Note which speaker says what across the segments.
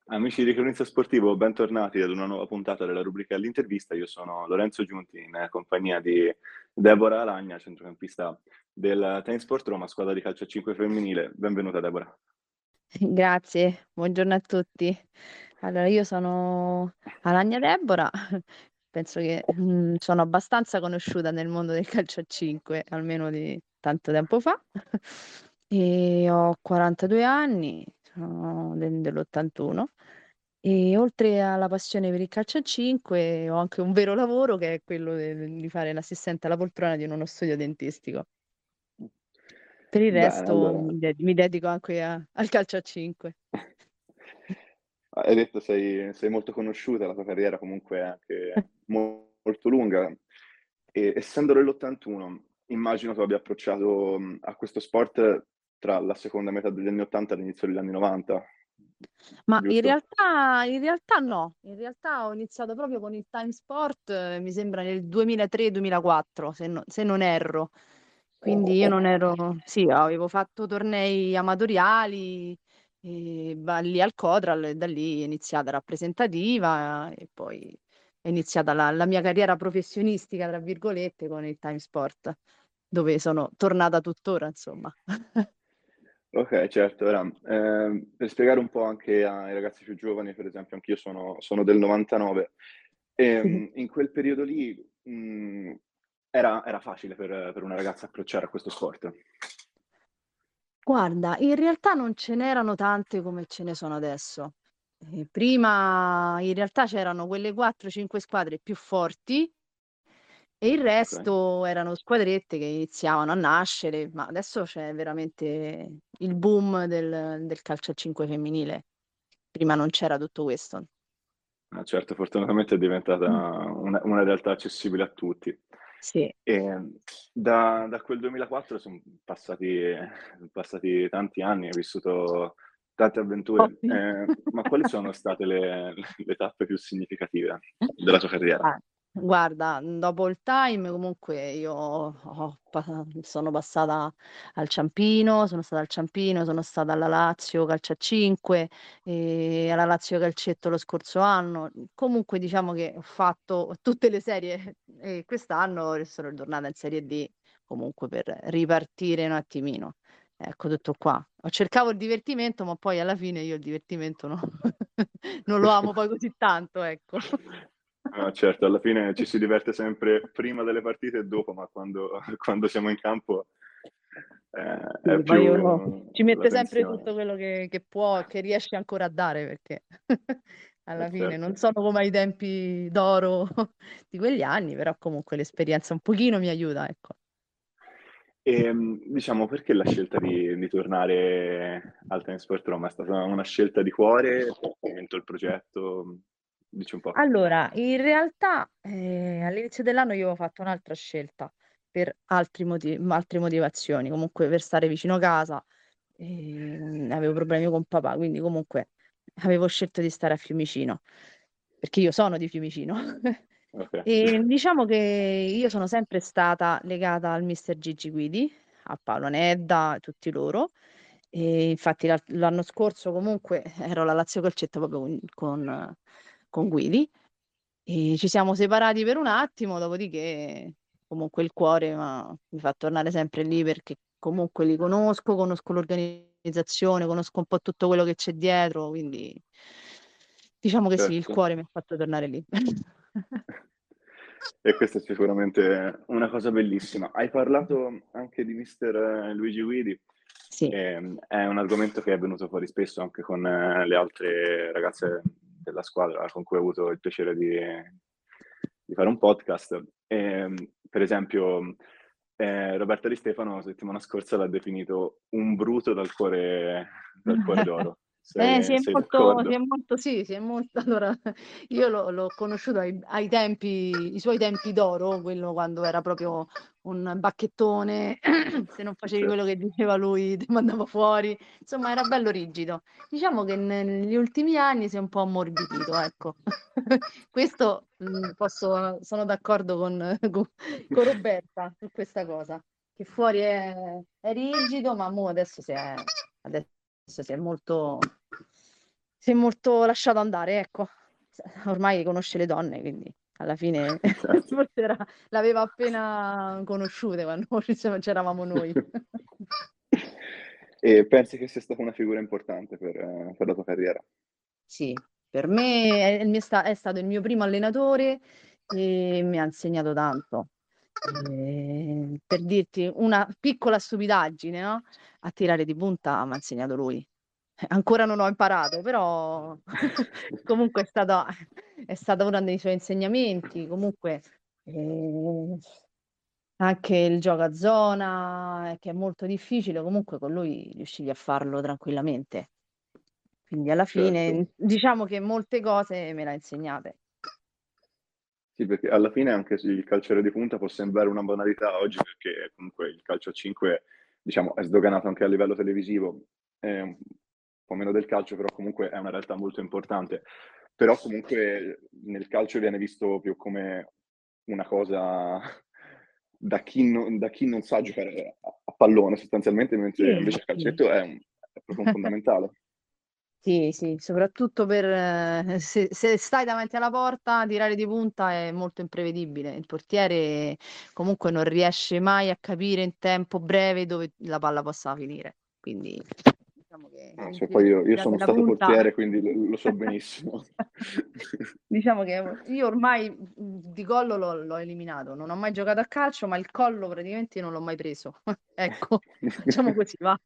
Speaker 1: Amici di Cronista Sportivo, bentornati ad una nuova puntata della rubrica all'intervista. Io sono Lorenzo Giunti in compagnia di Deborah Alagna, centrocampista del Tensport Roma, squadra di calcio a 5 femminile. Benvenuta Deborah.
Speaker 2: Grazie, buongiorno a tutti. Allora, io sono Alagna Deborah, penso che sono abbastanza conosciuta nel mondo del calcio a 5, almeno di tanto tempo fa, e ho 42 anni, sono dell'81, e oltre alla passione per il calcio a 5 ho anche un vero lavoro che è quello di fare l'assistente alla poltrona di uno studio dentistico. Per il
Speaker 1: Bene,
Speaker 2: resto
Speaker 1: allora,
Speaker 2: mi dedico anche al calcio a 5.
Speaker 1: hai detto sei molto conosciuta, la tua carriera comunque è anche molto lunga. E essendo dell'81, immagino tu abbia approcciato a questo sport tra la seconda metà degli anni 80 e l'inizio degli anni 90,
Speaker 2: Ma in
Speaker 1: giusto?
Speaker 2: realtà in realtà no, in realtà ho iniziato proprio con il Time Sport, mi sembra nel 2003-2004, se non erro. Quindi io non ero sì, avevo fatto tornei amatoriali, lì al Codral e da lì è iniziata rappresentativa e poi è iniziata la mia "carriera professionistica" tra virgolette con il Time Sport, dove sono tornata tuttora insomma.
Speaker 1: Okay, certo. Ora, per spiegare un po' anche ai ragazzi più giovani, per esempio anch'io sono del '99,
Speaker 2: Sì.
Speaker 1: in quel periodo lì, era facile per una ragazza approcciare a questo sport?
Speaker 2: Guarda, in realtà non ce n'erano tante come ce ne sono adesso. Prima in realtà c'erano quelle 4, 5 squadre più forti e il
Speaker 1: Okay.
Speaker 2: resto erano squadrette che iniziavano a nascere, ma adesso c'è veramente il boom del calcio a 5 femminile. Prima non c'era tutto questo.
Speaker 1: Ah certo, fortunatamente è diventata
Speaker 2: Mh.
Speaker 1: una realtà accessibile a tutti.
Speaker 2: Sì.
Speaker 1: Ehm, da quel 2004 passati tanti anni, hai vissuto tante avventure,
Speaker 2: Troppi?
Speaker 1: ma quali sono state le tappe più significative della tua carriera?
Speaker 2: Ah, guarda, dopo il Time comunque io sono passata al Ciampino, sono stata al Ciampino, sono stata alla Lazio Calcio a 5, alla Lazio Calcetto lo scorso anno. Comunque diciamo che ho fatto tutte le serie e quest'anno sono tornata in Serie D, comunque per ripartire un attimino. Ecco, tutto qua. Cercavo il divertimento, ma poi alla fine io il divertimento no non lo amo poi così tanto, ecco.
Speaker 1: Ah certo, alla fine ci si diverte sempre prima delle partite e dopo, ma quando quando siamo in campo, è
Speaker 2: Sì, poi uno
Speaker 1: più
Speaker 2: ci
Speaker 1: la
Speaker 2: mette sempre
Speaker 1: tensione.
Speaker 2: tutto quello che può e che riesce ancora a dare, perché alla fine
Speaker 1: Certo.
Speaker 2: non sono come ai tempi d'oro di quegli anni, però comunque l'esperienza un pochino mi aiuta, ecco.
Speaker 1: Diciamo perché la scelta di tornare al Tensport Roma? È stata una scelta di cuore, ti è venuto il progetto? Dici un po'.
Speaker 2: Allora, in realtà, all'inizio dell'anno io avevo fatto un'altra scelta per altre motivazioni, comunque per stare vicino casa, avevo problemi con papà, quindi comunque avevo scelto di stare a Fiumicino, perché io sono di Fiumicino.
Speaker 1: Okay.
Speaker 2: E diciamo che io sono sempre stata legata al mister Gigi Guidi, a Paolo Nedda, tutti loro. E infatti l'anno scorso comunque ero alla Lazio Calcetto proprio con Guidi e ci siamo separati per un attimo, dopodiché comunque il cuore mi fa tornare sempre lì perché comunque li conosco, conosco l'organizzazione, conosco un po' tutto quello che c'è dietro, quindi diciamo che sì, il
Speaker 1: Certo.
Speaker 2: cuore mi ha fatto tornare lì.
Speaker 1: E questa è sicuramente una cosa bellissima. Hai parlato anche di mister Luigi Guidi,
Speaker 2: Sì.
Speaker 1: è un argomento che è venuto fuori spesso anche con le altre ragazze della squadra con cui ho avuto il piacere di fare un podcast. Per esempio, Roberta Di Stefano settimana scorsa l'ha definito un bruto dal cuore d'oro. Sei d'accordo?
Speaker 2: Sì, si è molto allora io l'ho conosciuto ai tempi i suoi tempi d'oro, quello quando era proprio un bacchettone, se non facevi quello
Speaker 1: Certo.
Speaker 2: che diceva lui ti mandava fuori, insomma era bello rigido. Diciamo che negli ultimi anni si è un po' ammorbidito, ecco. Questo, sono d'accordo con Roberta su questa cosa, che fuori è rigido, ma mo adesso si è si è molto lasciato andare, ecco. Ormai conosce le donne, quindi alla fine
Speaker 1: Certo.
Speaker 2: forse l'aveva appena conosciute quando c'eravamo noi.
Speaker 1: E pensi che sia stata una figura importante per la tua carriera?
Speaker 2: Sì, per me è stato il mio primo allenatore e mi ha insegnato tanto. Per dirti una piccola stupidaggine, no, a tirare di punta m'ha insegnato lui. Ancora non ho imparato, però comunque è stato uno dei suoi insegnamenti. Comunque, ehm, anche il gioco a zona, che è molto difficile, comunque con lui riuscivi a farlo tranquillamente. Quindi alla
Speaker 1: Certo.
Speaker 2: fine, diciamo che molte cose me le ha insegnate.
Speaker 1: Sì, perché alla fine anche se il calciere di punta può sembrare una banalità oggi, perché comunque il calcio a 5, diciamo, è sdoganato anche a livello televisivo, un po' meno del calcio, però comunque è una realtà molto importante. Però comunque nel calcio viene visto più come una cosa da chi non sa giocare a pallone sostanzialmente, mentre
Speaker 2: Sì,
Speaker 1: invece il
Speaker 2: sì.
Speaker 1: calcetto è proprio un fondamentale.
Speaker 2: Sì, sì, soprattutto se stai davanti alla porta, tirare di punta è molto imprevedibile. Il portiere comunque non riesce mai a capire in tempo breve dove la palla possa finire. Quindi diciamo che
Speaker 1: No,
Speaker 2: il
Speaker 1: cioè poi io
Speaker 2: tirare
Speaker 1: sono
Speaker 2: la
Speaker 1: stato
Speaker 2: punta
Speaker 1: portiere, quindi lo so benissimo.
Speaker 2: diciamo che io ormai, di collo l'ho eliminato. Non ho mai giocato a calcio, ma il collo praticamente non l'ho mai preso. Ecco, facciamo così, va.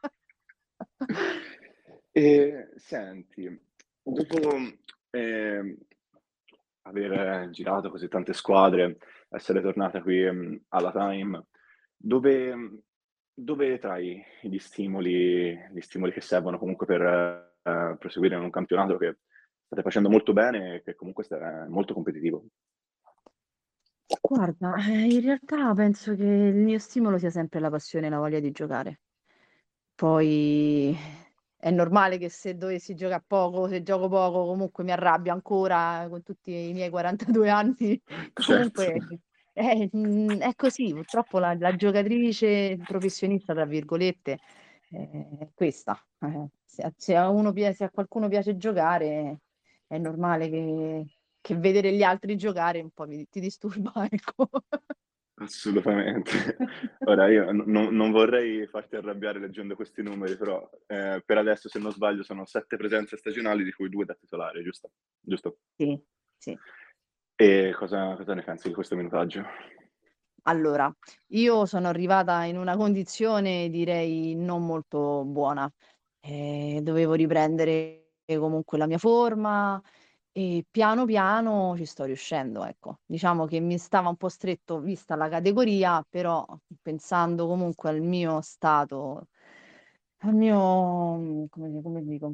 Speaker 1: E senti, dopo, ehm, aver girato così tante squadre, essere tornata qui, alla Time, dove dove trai gli stimoli che servono comunque per, proseguire in un campionato che state facendo molto bene e che comunque è molto competitivo?
Speaker 2: Guarda, in realtà penso che il mio stimolo sia sempre la passione e la voglia di giocare. Poi è normale che se dovessi gioca' poco, se gioco poco comunque mi arrabbio ancora con tutti i miei 42 anni.
Speaker 1: Certo.
Speaker 2: Comunque è così, purtroppo la giocatrice "professionista" tra virgolette è questa. Se a qualcuno piace giocare è normale che vedere gli altri giocare un po' ti disturba, ecco.
Speaker 1: Assolutamente. Ora io non vorrei farti arrabbiare leggendo questi numeri, però, per adesso se non sbaglio sono 7 presenze stagionali di cui 2 da titolare, giusto? Giusto?
Speaker 2: Sì, sì.
Speaker 1: E cosa ne pensi di questo minutaggio?
Speaker 2: Allora, io sono arrivata in una condizione direi non molto buona. Dovevo riprendere comunque la mia forma e piano piano ci sto riuscendo, ecco. Diciamo che mi stava un po' stretto vista la categoria, però pensando comunque al mio stato, al mio come dico,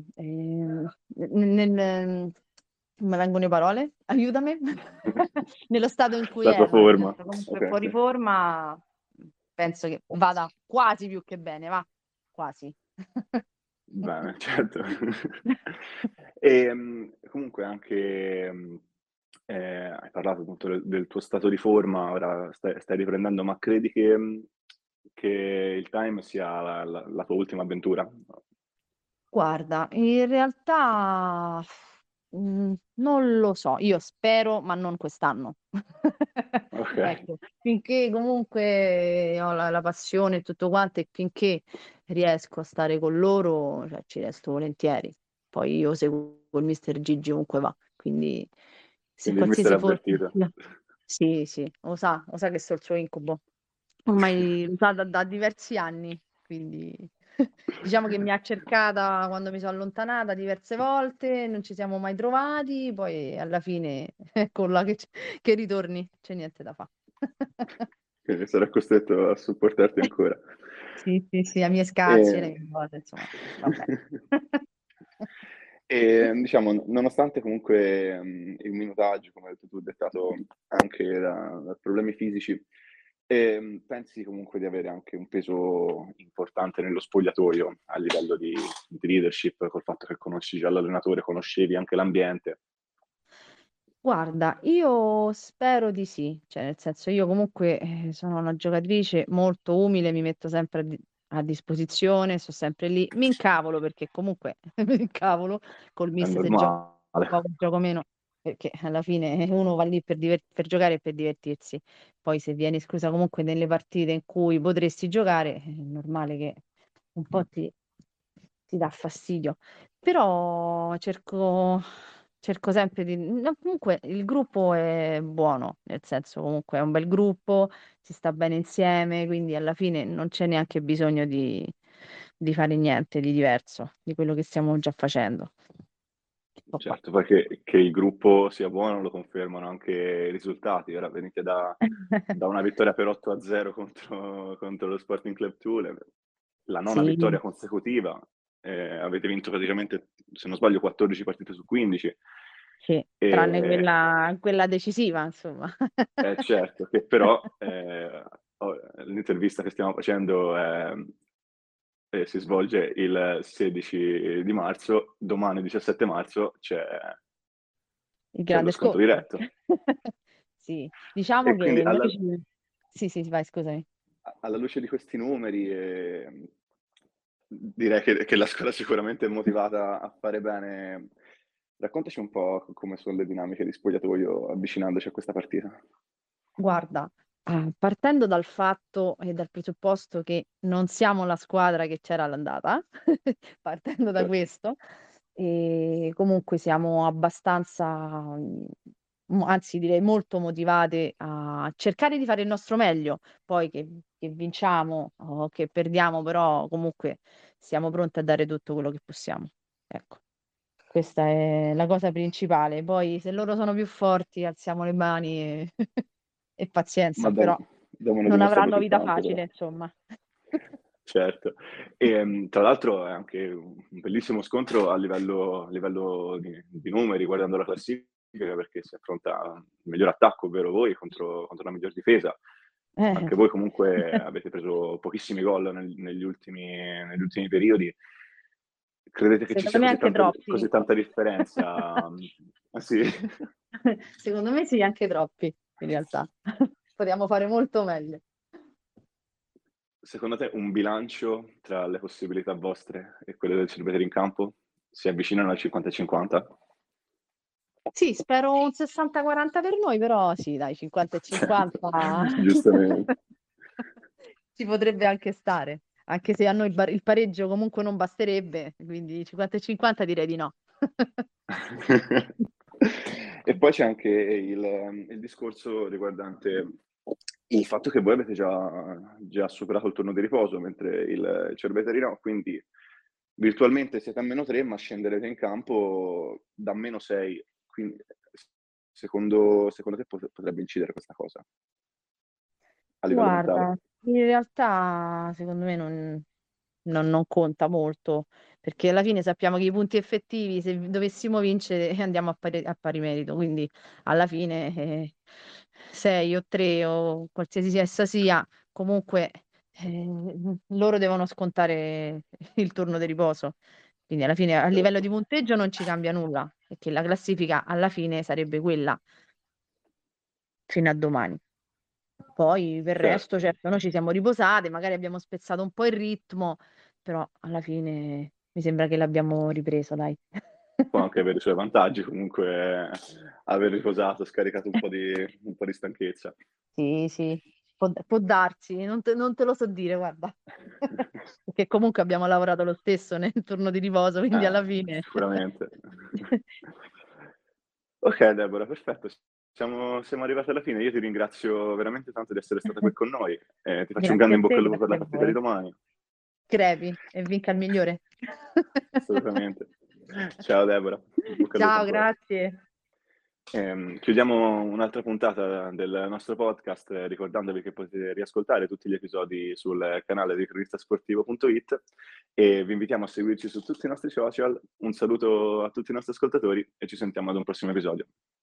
Speaker 2: non mi vengono le parole, aiutami. Nello stato in cui
Speaker 1: La tua
Speaker 2: ero, nel
Speaker 1: forma.
Speaker 2: senso comunque
Speaker 1: Okay,
Speaker 2: fuori
Speaker 1: sì.
Speaker 2: forma, penso che vada quasi più che bene, va, quasi.
Speaker 1: Bene, certo. Comunque anche, hai parlato appunto del tuo stato di forma, ora stai riprendendo, ma credi che il Time sia la tua ultima avventura?
Speaker 2: Guarda, in realtà, non lo so. Io spero, ma non quest'anno.
Speaker 1: Okay,
Speaker 2: Ecco, finché comunque ho la passione e tutto quanto e finché riesco a stare con loro, cioè ci resto volentieri. Poi io seguo il mister Gigi ovunque va, quindi se
Speaker 1: quindi il mister è
Speaker 2: qualsiasi
Speaker 1: avvertito.
Speaker 2: sì, sì, lo sa che so il suo incubo. Ormai lo sa da diversi anni, quindi diciamo che mi ha cercata quando mi so' allontanata diverse volte, non ci siamo mai trovati, poi alla fine ecco là che ritorni, c'è niente da fa.
Speaker 1: Quindi sarà costretto a supportarti ancora.
Speaker 2: Sì, sì, sì, a mie scazzi, le
Speaker 1: Ehm
Speaker 2: mie cose, insomma, vabbè.
Speaker 1: Diciamo, nonostante comunque, il minutaggio, come hai detto tu, dettato anche da problemi fisici, pensi comunque di avere anche un peso importante nello spogliatoio a livello di leadership, col fatto che conosci già l'allenatore, conoscevi anche l'ambiente?
Speaker 2: Guarda, io spero di sì, cioè nel senso io comunque, sono una giocatrice molto umile, mi metto sempre a disposizione, sto sempre lì. Mi incavolo perché comunque mi incavolo col
Speaker 1: è
Speaker 2: mister se gioco
Speaker 1: normale.
Speaker 2: poco, gioco meno, perché alla fine uno va lì per giocare e per divertirsi. Poi se vieni esclusa comunque nelle partite in cui potresti giocare, è normale che un po' ti dà fastidio. Però cerco sempre di... no, comunque il gruppo è buono, nel senso comunque è un bel gruppo, si sta bene insieme, quindi alla fine non c'è neanche bisogno di fare niente di diverso di quello che stiamo già facendo. Tutto qua.
Speaker 1: Certo, poi che il gruppo sia buono lo confermano anche i risultati. Ora venite da una vittoria per 8-0 contro lo Sporting Club Thule, la nona
Speaker 2: Sì,
Speaker 1: vittoria consecutiva, avete vinto praticamente, se non sbaglio, 14 partite su 15.
Speaker 2: sì, tranne
Speaker 1: E,
Speaker 2: quella decisiva, insomma.
Speaker 1: certo, che però l'intervista che stiamo facendo si svolge il 16 di marzo, domani 17 marzo
Speaker 2: Il
Speaker 1: c'è lo
Speaker 2: grande
Speaker 1: scontro
Speaker 2: scontro.
Speaker 1: diretto.
Speaker 2: Sì, diciamo
Speaker 1: E quindi
Speaker 2: che noi sì, sì, vai, scusami.
Speaker 1: alla luce di questi numeri, direi che la squadra sicuramente è motivata a fare bene. Raccontaci un po' come sono le dinamiche di spogliatoio avvicinandoci a questa partita.
Speaker 2: Guarda, partendo dal fatto e dal presupposto che non siamo la squadra che c'era all'andata, partendo da
Speaker 1: Certo.
Speaker 2: questo, e comunque siamo abbastanza, anzi direi molto motivate a cercare di fare il nostro meglio, poi che vinciamo o che perdiamo, però comunque siamo pronti a dare tutto quello che possiamo. Ecco, questa è la cosa principale. Poi se loro sono più forti, alziamo le mani e, e
Speaker 1: Ma
Speaker 2: pazienza, però
Speaker 1: devono
Speaker 2: non
Speaker 1: dimostrarlo
Speaker 2: avranno
Speaker 1: sul
Speaker 2: vita
Speaker 1: campo però.
Speaker 2: facile, insomma.
Speaker 1: Certo. Tra l'altro è anche un bellissimo scontro a livello di numeri, guardando la classifica, perché si affronta il miglior attacco, ovvero voi, contro la miglior difesa.
Speaker 2: Eh,
Speaker 1: Anche voi comunque avete preso pochissimi gol negli ultimi periodi. Credete che ci
Speaker 2: secondo
Speaker 1: sia
Speaker 2: me
Speaker 1: così
Speaker 2: anche
Speaker 1: tanta,
Speaker 2: troppi.
Speaker 1: così tanta differenza? Ah, sì?
Speaker 2: Secondo me sì, anche troppi, in realtà. Potremmo fare molto meglio.
Speaker 1: Secondo te un bilancio tra le possibilità vostre e quelle del Cerveteri in campo si avvicinano al 50-50?
Speaker 2: Sì, spero un 60-40 per noi, però sì, dai, 50 e 50
Speaker 1: Giustamente.
Speaker 2: ci potrebbe anche stare, anche se a noi il pareggio comunque non basterebbe, quindi 50 e 50 direi di no.
Speaker 1: E poi c'è anche il discorso riguardante il fatto che voi avete già superato il turno di riposo, mentre il Cerveteri no, quindi virtualmente siete a -3, ma scenderete in campo da -6. Quindi, secondo te potrebbe incidere questa cosa a livello mentale?
Speaker 2: Guarda, in realtà secondo me non conta molto, perché alla fine sappiamo che i punti effettivi, se dovessimo vincere, andiamo a pari merito, quindi alla fine 6 o 3 o qualsiasi essa sia, comunque loro devono scontare il turno di riposo. Quindi alla fine a livello
Speaker 1: Certo,
Speaker 2: di punteggio non ci cambia nulla, perché la classifica alla fine sarebbe quella fino a domani. Poi per il resto,
Speaker 1: certo.
Speaker 2: certo, noi ci siamo riposate, magari abbiamo spezzato un po' il ritmo, però alla fine mi sembra che l'abbiamo ripreso, dai.
Speaker 1: Può anche avere i suoi vantaggi comunque aver riposato, scaricato un po' di stanchezza.
Speaker 2: Sì, sì, può darsi, non te lo so dire, guarda. Perché comunque abbiamo lavorato lo stesso nel turno di riposo, quindi alla fine.
Speaker 1: Sicuramente. Ok Deborah, perfetto. Siamo arrivati alla fine. Io ti ringrazio veramente tanto di essere stata qui con noi. Ti faccio un
Speaker 2: Grazie
Speaker 1: grande
Speaker 2: a
Speaker 1: in bocca
Speaker 2: te,
Speaker 1: al lupo per
Speaker 2: grazie
Speaker 1: la
Speaker 2: a
Speaker 1: partita di
Speaker 2: voi.
Speaker 1: domani.
Speaker 2: Crepi e vinca il migliore.
Speaker 1: Assolutamente. Ciao Deborah, in bocca al lupo
Speaker 2: Ciao,
Speaker 1: ancora.
Speaker 2: grazie.
Speaker 1: Chiudiamo un'altra puntata del nostro podcast ricordandovi che potete riascoltare tutti gli episodi sul canale di cronistasportivo.it e vi invitiamo a seguirci su tutti i nostri social. Un saluto a tutti i nostri ascoltatori e ci sentiamo ad un prossimo episodio.